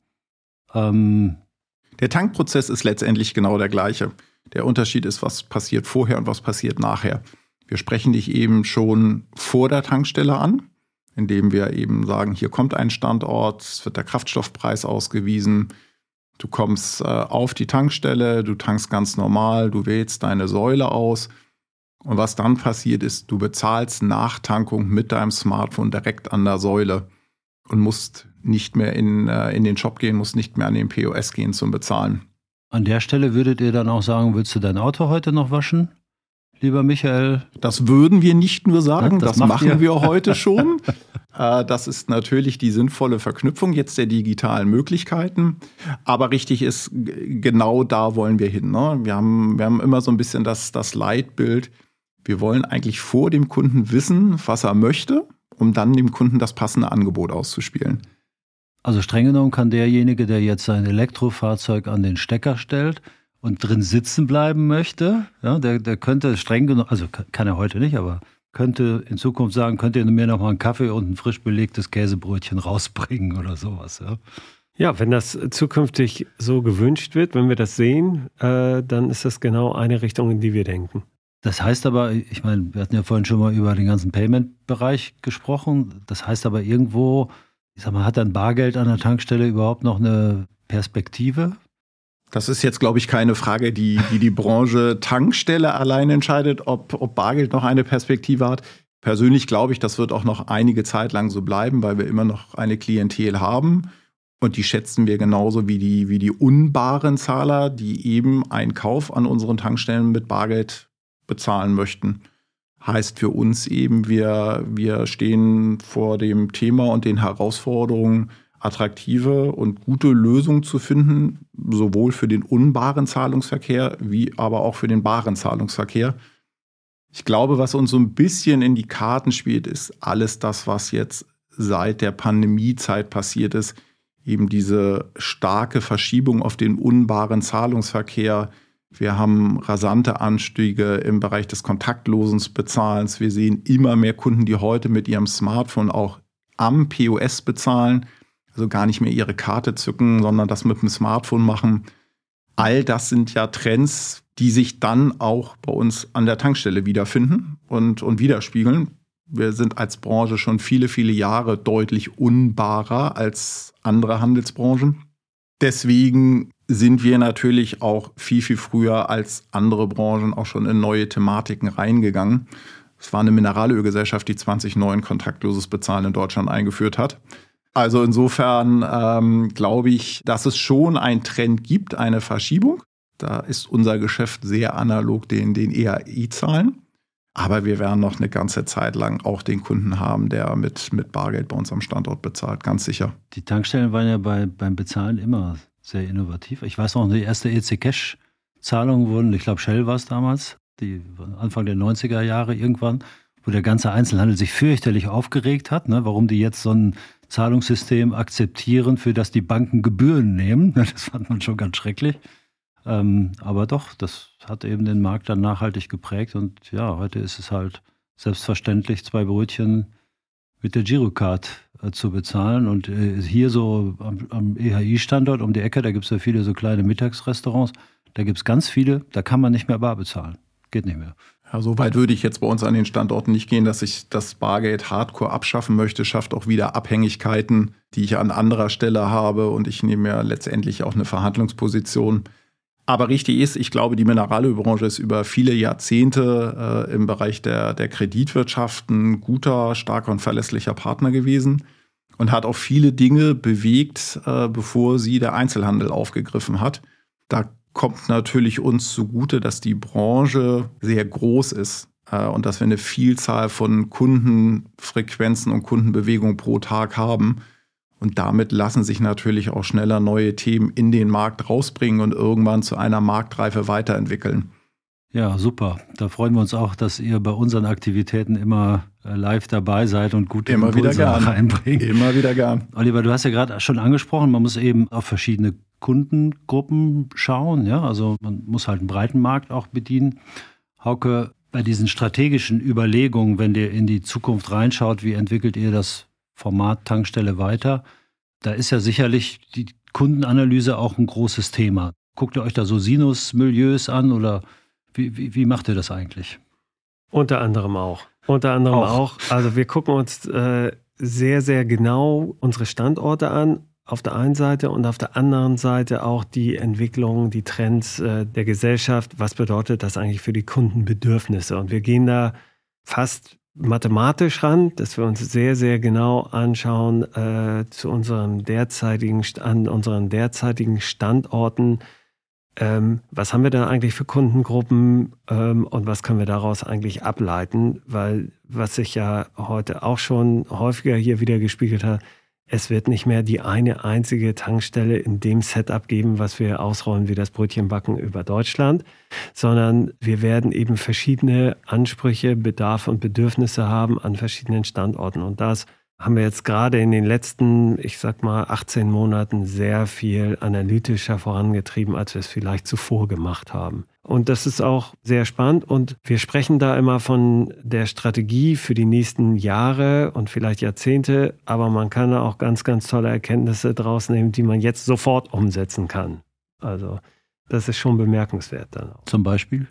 Der Tankprozess ist letztendlich genau der gleiche. Der Unterschied ist, was passiert vorher und was passiert nachher. Wir sprechen dich eben schon vor der Tankstelle an, indem wir eben sagen, hier kommt ein Standort, es wird der Kraftstoffpreis ausgewiesen. Du kommst auf die Tankstelle, du tankst ganz normal, du wählst deine Säule aus. Und was dann passiert ist, du bezahlst nach Tankung mit deinem Smartphone direkt an der Säule und musst nicht mehr in den Shop gehen, musst nicht mehr an den POS gehen zum Bezahlen. An der Stelle würdet ihr dann auch sagen, willst du dein Auto heute noch waschen, lieber Michael? Das würden wir nicht nur sagen, das machen wir heute schon. Das ist natürlich die sinnvolle Verknüpfung jetzt der digitalen Möglichkeiten. Aber richtig ist, genau da wollen wir hin. Ne? Wir haben immer so ein bisschen das Leitbild. Wir wollen eigentlich vor dem Kunden wissen, was er möchte, um dann dem Kunden das passende Angebot auszuspielen. Also streng genommen kann derjenige, der jetzt sein Elektrofahrzeug an den Stecker stellt und drin sitzen bleiben möchte, ja, der könnte streng genommen, also kann er heute nicht, aber könnte in Zukunft sagen, könnt ihr mir noch mal einen Kaffee und ein frisch belegtes Käsebrötchen rausbringen oder sowas. Ja, ja, wenn das zukünftig so gewünscht wird, wenn wir das sehen, dann ist das genau eine Richtung, in die wir denken. Das heißt aber, ich meine, wir hatten ja vorhin schon mal über den ganzen Payment-Bereich gesprochen. Das heißt aber irgendwo, ich sag mal, hat dann Bargeld an der Tankstelle überhaupt noch eine Perspektive? Das ist jetzt, glaube ich, keine Frage, die Branche Tankstelle allein entscheidet, ob Bargeld noch eine Perspektive hat. Persönlich glaube ich, das wird auch noch einige Zeit lang so bleiben, weil wir immer noch eine Klientel haben. Und die schätzen wir genauso wie die unbaren Zahler, die eben einen Kauf an unseren Tankstellen mit Bargeld bezahlen möchten. Heißt für uns eben, wir stehen vor dem Thema und den Herausforderungen, attraktive und gute Lösungen zu finden, sowohl für den unbaren Zahlungsverkehr wie aber auch für den baren Zahlungsverkehr. Ich glaube, was uns so ein bisschen in die Karten spielt, ist alles das, was jetzt seit der Pandemiezeit passiert ist, eben diese starke Verschiebung auf den unbaren Zahlungsverkehr. Wir haben rasante Anstiege im Bereich des kontaktlosen Bezahlens. Wir sehen immer mehr Kunden, die heute mit ihrem Smartphone auch am POS bezahlen, also gar nicht mehr ihre Karte zücken, sondern das mit dem Smartphone machen. All das sind ja Trends, die sich dann auch bei uns an der Tankstelle wiederfinden und widerspiegeln. Wir sind als Branche schon viele, viele Jahre deutlich unbarer als andere Handelsbranchen. Deswegen sind wir natürlich auch viel, viel früher als andere Branchen auch schon in neue Thematiken reingegangen. Es war eine Mineralölgesellschaft, die 2009 kontaktloses Bezahlen in Deutschland eingeführt hat. Also insofern glaube ich, dass es schon einen Trend gibt, eine Verschiebung. Da ist unser Geschäft sehr analog den EAI-Zahlen. Aber wir werden noch eine ganze Zeit lang auch den Kunden haben, der mit Bargeld bei uns am Standort bezahlt, ganz sicher. Die Tankstellen waren ja beim Bezahlen immer sehr innovativ. Ich weiß noch, die erste EC-Cash-Zahlung wurden, ich glaube Shell war es damals, die Anfang der 90er Jahre irgendwann, wo der ganze Einzelhandel sich fürchterlich aufgeregt hat, ne, warum die jetzt so ein Zahlungssystem akzeptieren, für das die Banken Gebühren nehmen. Das fand man schon ganz schrecklich. Aber doch, das hat eben den Markt dann nachhaltig geprägt. Und ja, heute ist es halt selbstverständlich, 2 Brötchen mit der Girocard zu bezahlen. Und hier so am EHI-Standort um die Ecke, da gibt es ja viele so kleine Mittagsrestaurants. Da gibt es ganz viele, da kann man nicht mehr bar bezahlen. Geht nicht mehr. Ja, so weit würde ich jetzt bei uns an den Standorten nicht gehen, dass ich das Bargeld hardcore abschaffen möchte. Schafft auch wieder Abhängigkeiten, die ich an anderer Stelle habe. Und ich nehme ja letztendlich auch eine Verhandlungsposition. Aber richtig ist, ich glaube, die Mineralölbranche ist über viele Jahrzehnte im Bereich der Kreditwirtschaft ein guter, starker und verlässlicher Partner gewesen und hat auch viele Dinge bewegt, bevor sie der Einzelhandel aufgegriffen hat. Da kommt natürlich uns zugute, dass die Branche sehr groß ist und dass wir eine Vielzahl von Kundenfrequenzen und Kundenbewegungen pro Tag haben. Und damit lassen sich natürlich auch schneller neue Themen in den Markt rausbringen und irgendwann zu einer Marktreife weiterentwickeln. Ja, super. Da freuen wir uns auch, dass ihr bei unseren Aktivitäten immer live dabei seid und gute Impulse reinbringt. Immer wieder gern. Oliver, du hast ja gerade schon angesprochen, man muss eben auf verschiedene Kundengruppen schauen. Ja? Also man muss halt einen breiten Markt auch bedienen. Hauke, bei diesen strategischen Überlegungen, wenn ihr in die Zukunft reinschaut, wie entwickelt ihr das Format Tankstelle weiter? Da ist ja sicherlich die Kundenanalyse auch ein großes Thema. Guckt ihr euch da so Sinus-Milieus an oder wie macht ihr das eigentlich? Unter anderem auch. Also wir gucken uns sehr, sehr genau unsere Standorte an, auf der einen Seite und auf der anderen Seite auch die Entwicklung, die Trends der Gesellschaft. Was bedeutet das eigentlich für die Kundenbedürfnisse? Und wir gehen da fast mathematisch ran, dass wir uns sehr, sehr genau anschauen an unseren derzeitigen Standorten. Was haben wir da eigentlich für Kundengruppen und was können wir daraus eigentlich ableiten? Weil was sich ja heute auch schon häufiger hier wieder gespiegelt hat, es wird nicht mehr die eine einzige Tankstelle in dem Setup geben, was wir ausrollen wie das Brötchenbacken über Deutschland, sondern wir werden eben verschiedene Ansprüche, Bedarfe und Bedürfnisse haben an verschiedenen Standorten. Und das haben wir jetzt gerade in den letzten, 18 Monaten sehr viel analytischer vorangetrieben, als wir es vielleicht zuvor gemacht haben. Und das ist auch sehr spannend und wir sprechen da immer von der Strategie für die nächsten Jahre und vielleicht Jahrzehnte, aber man kann da auch ganz, ganz tolle Erkenntnisse draus nehmen, die man jetzt sofort umsetzen kann. Also das ist schon bemerkenswert dann auch. Zum Beispiel?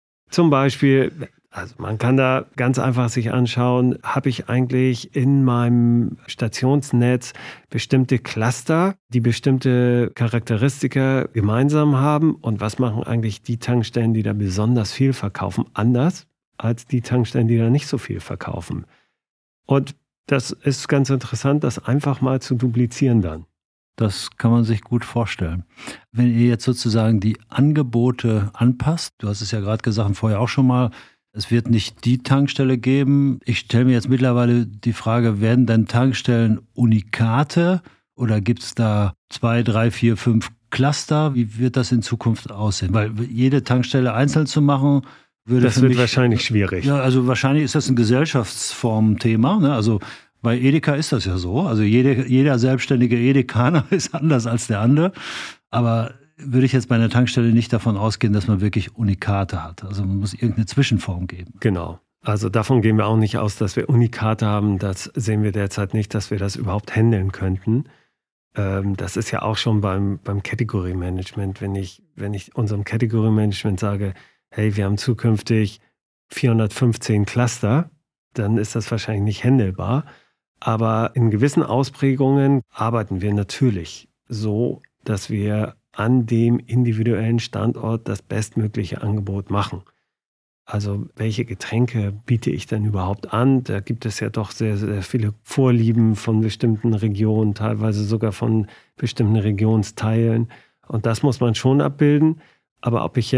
Also man kann da ganz einfach sich anschauen, habe ich eigentlich in meinem Stationsnetz bestimmte Cluster, die bestimmte Charakteristika gemeinsam haben und was machen eigentlich die Tankstellen, die da besonders viel verkaufen, anders als die Tankstellen, die da nicht so viel verkaufen. Und das ist ganz interessant, das einfach mal zu duplizieren dann. Das kann man sich gut vorstellen. Wenn ihr jetzt sozusagen die Angebote anpasst, du hast es ja gerade gesagt, vorher auch schon mal, es wird nicht die Tankstelle geben. Ich stelle mir jetzt mittlerweile die Frage, werden denn Tankstellen Unikate oder gibt es da 2, 3, 4, 5 Cluster? Wie wird das in Zukunft aussehen? Weil jede Tankstelle einzeln zu machen, das wird wahrscheinlich schwierig. Ja, also wahrscheinlich ist das ein Gesellschaftsform-Thema. Ne? Also bei Edeka ist das ja so. Also jeder selbstständige Edekaner ist anders als der andere. Aber würde ich jetzt bei einer Tankstelle nicht davon ausgehen, dass man wirklich Unikate hat. Also man muss irgendeine Zwischenform geben. Genau. Also davon gehen wir auch nicht aus, dass wir Unikate haben. Das sehen wir derzeit nicht, dass wir das überhaupt handeln könnten. Das ist ja auch schon beim Category Management. Wenn ich unserem Category Management sage, hey, wir haben zukünftig 415 Cluster, dann ist das wahrscheinlich nicht handelbar. Aber in gewissen Ausprägungen arbeiten wir natürlich so, dass wir an dem individuellen Standort das bestmögliche Angebot machen. Also welche Getränke biete ich denn überhaupt an? Da gibt es ja doch sehr, sehr viele Vorlieben von bestimmten Regionen, teilweise sogar von bestimmten Regionsteilen. Und das muss man schon abbilden. Aber ob ich jetzt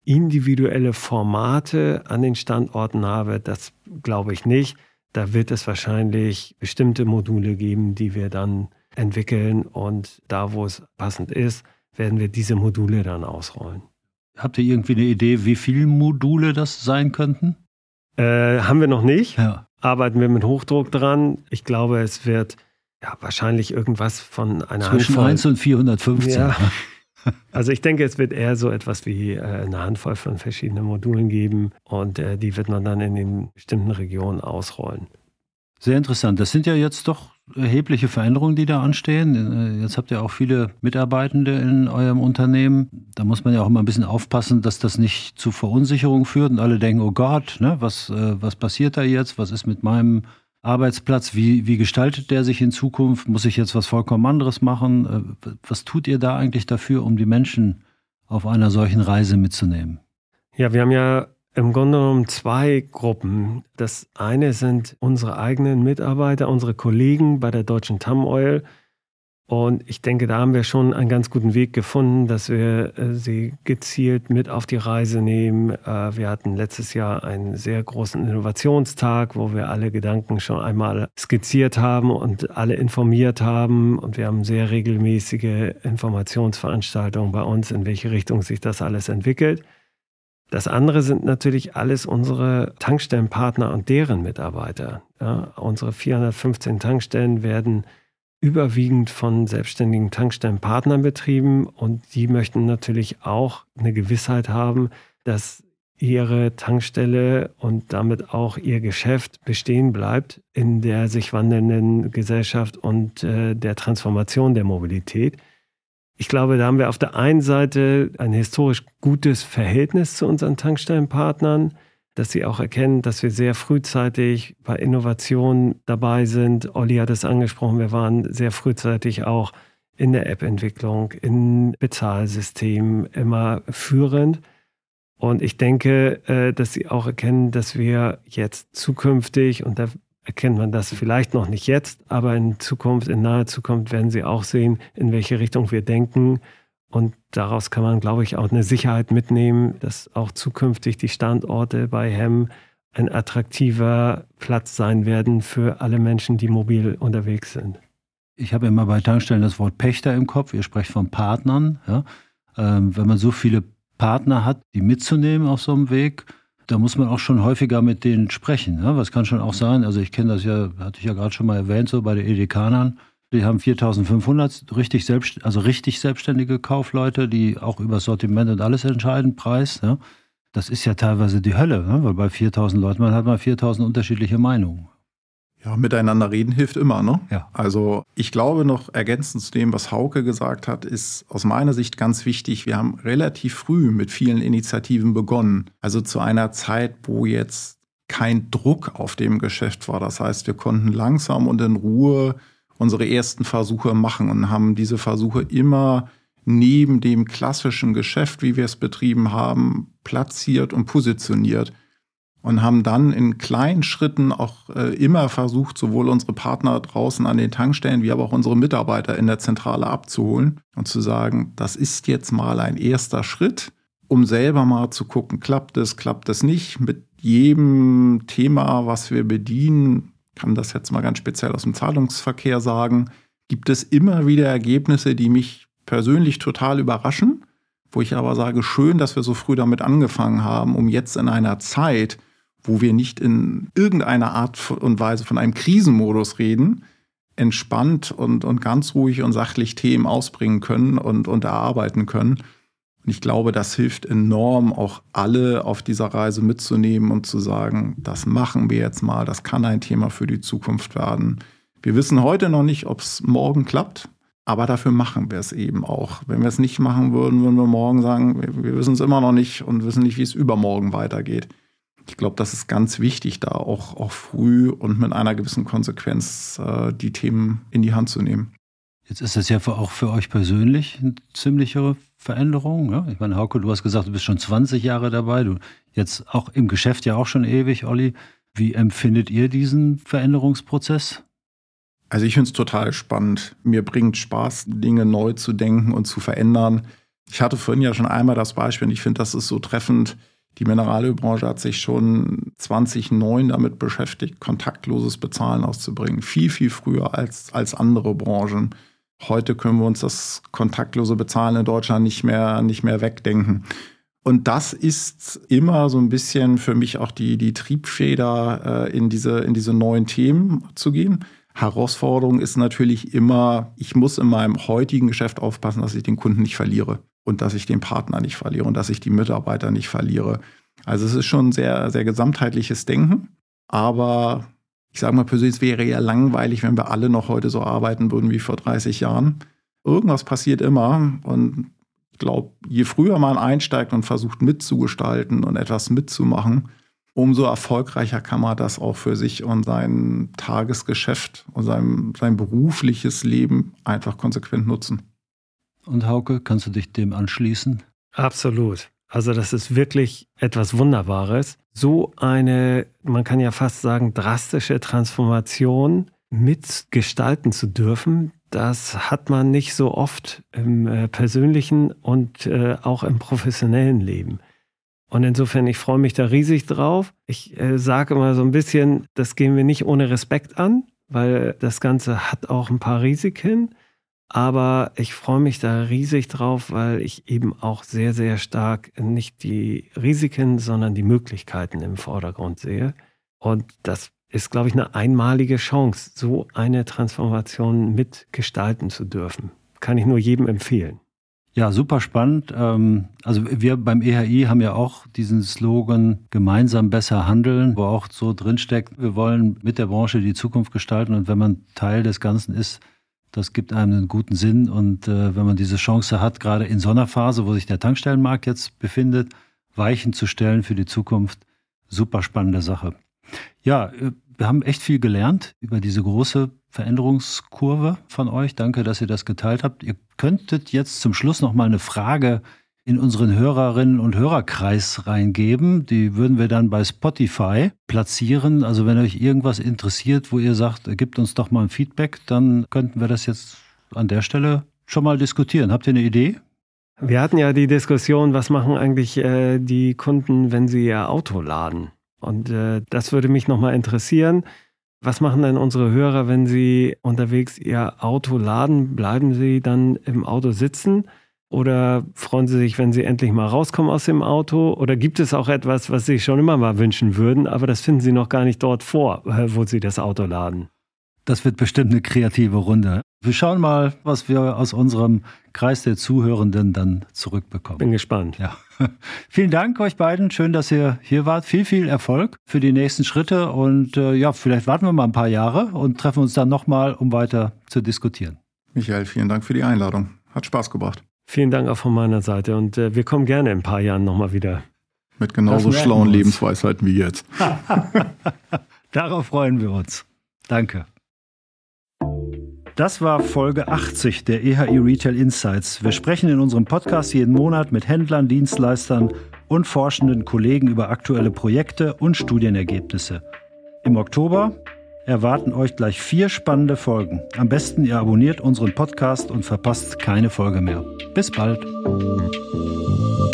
individuelle Formate an den Standorten habe, das glaube ich nicht. Da wird es wahrscheinlich bestimmte Module geben, die wir dann entwickeln und da, wo es passend ist, werden wir diese Module dann ausrollen. Habt ihr irgendwie eine Idee, wie viele Module das sein könnten? Haben wir noch nicht. Ja. Arbeiten wir mit Hochdruck dran. Ich glaube, es wird wahrscheinlich irgendwas von einer Zwischen Handvoll. 1 und 415. Ja. Also ich denke, es wird eher so etwas wie eine Handvoll von verschiedenen Modulen geben und die wird man dann in den bestimmten Regionen ausrollen. Sehr interessant. Das sind ja jetzt doch erhebliche Veränderungen, die da anstehen. Jetzt habt ihr auch viele Mitarbeitende in eurem Unternehmen. Da muss man ja auch immer ein bisschen aufpassen, dass das nicht zu Verunsicherung führt und alle denken, oh Gott, ne, was passiert da jetzt? Was ist mit meinem Arbeitsplatz? Wie gestaltet der sich in Zukunft? Muss ich jetzt was vollkommen anderes machen? Was tut ihr da eigentlich dafür, um die Menschen auf einer solchen Reise mitzunehmen? Ja, wir haben ja im Grunde genommen 2 Gruppen. Das eine sind unsere eigenen Mitarbeiter, unsere Kollegen bei der Deutschen TAM Oil. Und ich denke, da haben wir schon einen ganz guten Weg gefunden, dass wir sie gezielt mit auf die Reise nehmen. Wir hatten letztes Jahr einen sehr großen Innovationstag, wo wir alle Gedanken schon einmal skizziert haben und alle informiert haben. Und wir haben sehr regelmäßige Informationsveranstaltungen bei uns, in welche Richtung sich das alles entwickelt. Das andere sind natürlich alles unsere Tankstellenpartner und deren Mitarbeiter. Ja, unsere 415 Tankstellen werden überwiegend von selbstständigen Tankstellenpartnern betrieben und die möchten natürlich auch eine Gewissheit haben, dass ihre Tankstelle und damit auch ihr Geschäft bestehen bleibt in der sich wandelnden Gesellschaft und der Transformation der Mobilität. Ich glaube, da haben wir auf der einen Seite ein historisch gutes Verhältnis zu unseren Tankstellenpartnern, dass sie auch erkennen, dass wir sehr frühzeitig bei Innovationen dabei sind. Olli hat es angesprochen, wir waren sehr frühzeitig auch in der App-Entwicklung, in Bezahlsystemen immer führend. Und ich denke, dass sie auch erkennen, dass wir jetzt zukünftig, und da erkennt man das vielleicht noch nicht jetzt, aber in naher Zukunft werden sie auch sehen, in welche Richtung wir denken. Und daraus kann man, glaube ich, auch eine Sicherheit mitnehmen, dass auch zukünftig die Standorte bei HEM ein attraktiver Platz sein werden für alle Menschen, die mobil unterwegs sind. Ich habe immer bei Tankstellen das Wort Pächter im Kopf. Ihr sprecht von Partnern. Ja? Wenn man so viele Partner hat, die mitzunehmen auf so einem Weg, da muss man auch schon häufiger mit denen sprechen. Ja? Was kann schon auch sein, also ich kenne das ja, hatte ich ja gerade schon mal erwähnt, so bei den Edekanern. Die haben 4.500 richtig selbstständige Kaufleute, die auch über Sortiment und alles entscheiden, Preis. Ja? Das ist ja teilweise die Hölle, ne? Weil bei 4.000 Leuten, man hat mal 4.000 unterschiedliche Meinungen. Ja, miteinander reden hilft immer, ne? Ja. Also ich glaube noch, ergänzend zu dem, was Hauke gesagt hat, ist aus meiner Sicht ganz wichtig, wir haben relativ früh mit vielen Initiativen begonnen. Also zu einer Zeit, wo jetzt kein Druck auf dem Geschäft war. Das heißt, wir konnten langsam und in Ruhe unsere ersten Versuche machen und haben diese Versuche immer neben dem klassischen Geschäft, wie wir es betrieben haben, platziert und positioniert. Und haben dann in kleinen Schritten auch immer versucht, sowohl unsere Partner draußen an den Tankstellen, wie aber auch unsere Mitarbeiter in der Zentrale abzuholen und zu sagen, das ist jetzt mal ein erster Schritt, um selber mal zu gucken, klappt es nicht. Mit jedem Thema, was wir bedienen, kann das jetzt mal ganz speziell aus dem Zahlungsverkehr sagen, gibt es immer wieder Ergebnisse, die mich persönlich total überraschen, wo ich aber sage, schön, dass wir so früh damit angefangen haben, um jetzt in einer Zeit, wo wir nicht in irgendeiner Art und Weise von einem Krisenmodus reden, entspannt und ganz ruhig und sachlich Themen ausbringen können und erarbeiten können. Und ich glaube, das hilft enorm, auch alle auf dieser Reise mitzunehmen und zu sagen, das machen wir jetzt mal, das kann ein Thema für die Zukunft werden. Wir wissen heute noch nicht, ob es morgen klappt, aber dafür machen wir es eben auch. Wenn wir es nicht machen würden, würden wir morgen sagen, wir wissen es immer noch nicht und wissen nicht, wie es übermorgen weitergeht. Ich glaube, das ist ganz wichtig, da auch früh und mit einer gewissen Konsequenz die Themen in die Hand zu nehmen. Jetzt ist das ja auch für euch persönlich eine ziemliche Veränderung. Ja? Ich meine, Hauke, du hast gesagt, du bist schon 20 Jahre dabei. Du jetzt auch im Geschäft ja auch schon ewig, Olli. Wie empfindet ihr diesen Veränderungsprozess? Also ich finde es total spannend. Mir bringt Spaß, Dinge neu zu denken und zu verändern. Ich hatte vorhin ja schon einmal das Beispiel, und ich finde, das ist so treffend. Die Mineralölbranche hat sich schon 2009 damit beschäftigt, kontaktloses Bezahlen auszubringen. Viel, viel früher als andere Branchen. Heute können wir uns das kontaktlose Bezahlen in Deutschland nicht mehr wegdenken. Und das ist immer so ein bisschen für mich auch die Triebfeder, in diese neuen Themen zu gehen. Herausforderung ist natürlich immer, ich muss in meinem heutigen Geschäft aufpassen, dass ich den Kunden nicht verliere und dass ich den Partner nicht verliere und dass ich die Mitarbeiter nicht verliere. Also es ist schon ein sehr, sehr gesamtheitliches Denken. Aber ich sage mal persönlich, es wäre ja langweilig, wenn wir alle noch heute so arbeiten würden wie vor 30 Jahren. Irgendwas passiert immer. Und ich glaube, je früher man einsteigt und versucht mitzugestalten und etwas mitzumachen, umso erfolgreicher kann man das auch für sich und sein Tagesgeschäft und sein berufliches Leben einfach konsequent nutzen. Und Hauke, kannst du dich dem anschließen? Absolut. Also das ist wirklich etwas Wunderbares. So eine, man kann ja fast sagen, drastische Transformation mitgestalten zu dürfen, das hat man nicht so oft im persönlichen und auch im professionellen Leben. Und insofern, ich freue mich da riesig drauf. Ich sage immer so ein bisschen, das gehen wir nicht ohne Respekt an, weil das Ganze hat auch ein paar Risiken. Aber ich freue mich da riesig drauf, weil ich eben auch sehr, sehr stark nicht die Risiken, sondern die Möglichkeiten im Vordergrund sehe. Und das ist, glaube ich, eine einmalige Chance, so eine Transformation mitgestalten zu dürfen. Kann ich nur jedem empfehlen. Ja, super spannend. Also wir beim EHI haben ja auch diesen Slogan gemeinsam besser handeln, wo auch so drinsteckt, wir wollen mit der Branche die Zukunft gestalten und wenn man Teil des Ganzen ist, das gibt einem einen guten Sinn und wenn man diese Chance hat, gerade in so einer Phase, wo sich der Tankstellenmarkt jetzt befindet, Weichen zu stellen für die Zukunft, super spannende Sache. Ja, wir haben echt viel gelernt über diese große Veränderungskurve von euch. Danke, dass ihr das geteilt habt. Ihr könntet jetzt zum Schluss noch mal eine Frage in unseren Hörerinnen- und Hörerkreis reingeben. Die würden wir dann bei Spotify platzieren. Also wenn euch irgendwas interessiert, wo ihr sagt, gebt uns doch mal ein Feedback, dann könnten wir das jetzt an der Stelle schon mal diskutieren. Habt ihr eine Idee? Wir hatten ja die Diskussion, was machen eigentlich die Kunden, wenn sie ihr Auto laden? Und das würde mich nochmal interessieren. Was machen denn unsere Hörer, wenn sie unterwegs ihr Auto laden? Bleiben sie dann im Auto sitzen? Oder freuen sie sich, wenn sie endlich mal rauskommen aus dem Auto? Oder gibt es auch etwas, was sie schon immer mal wünschen würden, aber das finden sie noch gar nicht dort vor, wo sie das Auto laden? Das wird bestimmt eine kreative Runde. Wir schauen mal, was wir aus unserem Kreis der Zuhörenden dann zurückbekommen. Bin gespannt. Ja. Vielen Dank euch beiden. Schön, dass ihr hier wart. Viel Erfolg für die nächsten Schritte. Und ja, vielleicht warten wir mal ein paar Jahre und treffen uns dann nochmal, um weiter zu diskutieren. Michael, vielen Dank für die Einladung. Hat Spaß gebracht. Vielen Dank auch von meiner Seite. Und wir kommen gerne in ein paar Jahren nochmal wieder. Mit genauso schlauen Lebensweisheiten wie jetzt. Darauf freuen wir uns. Danke. Das war Folge 80 der EHI Retail Insights. Wir sprechen in unserem Podcast jeden Monat mit Händlern, Dienstleistern und forschenden Kollegen über aktuelle Projekte und Studienergebnisse. Im Oktober erwarten euch gleich 4 spannende Folgen. Am besten ihr abonniert unseren Podcast und verpasst keine Folge mehr. Bis bald.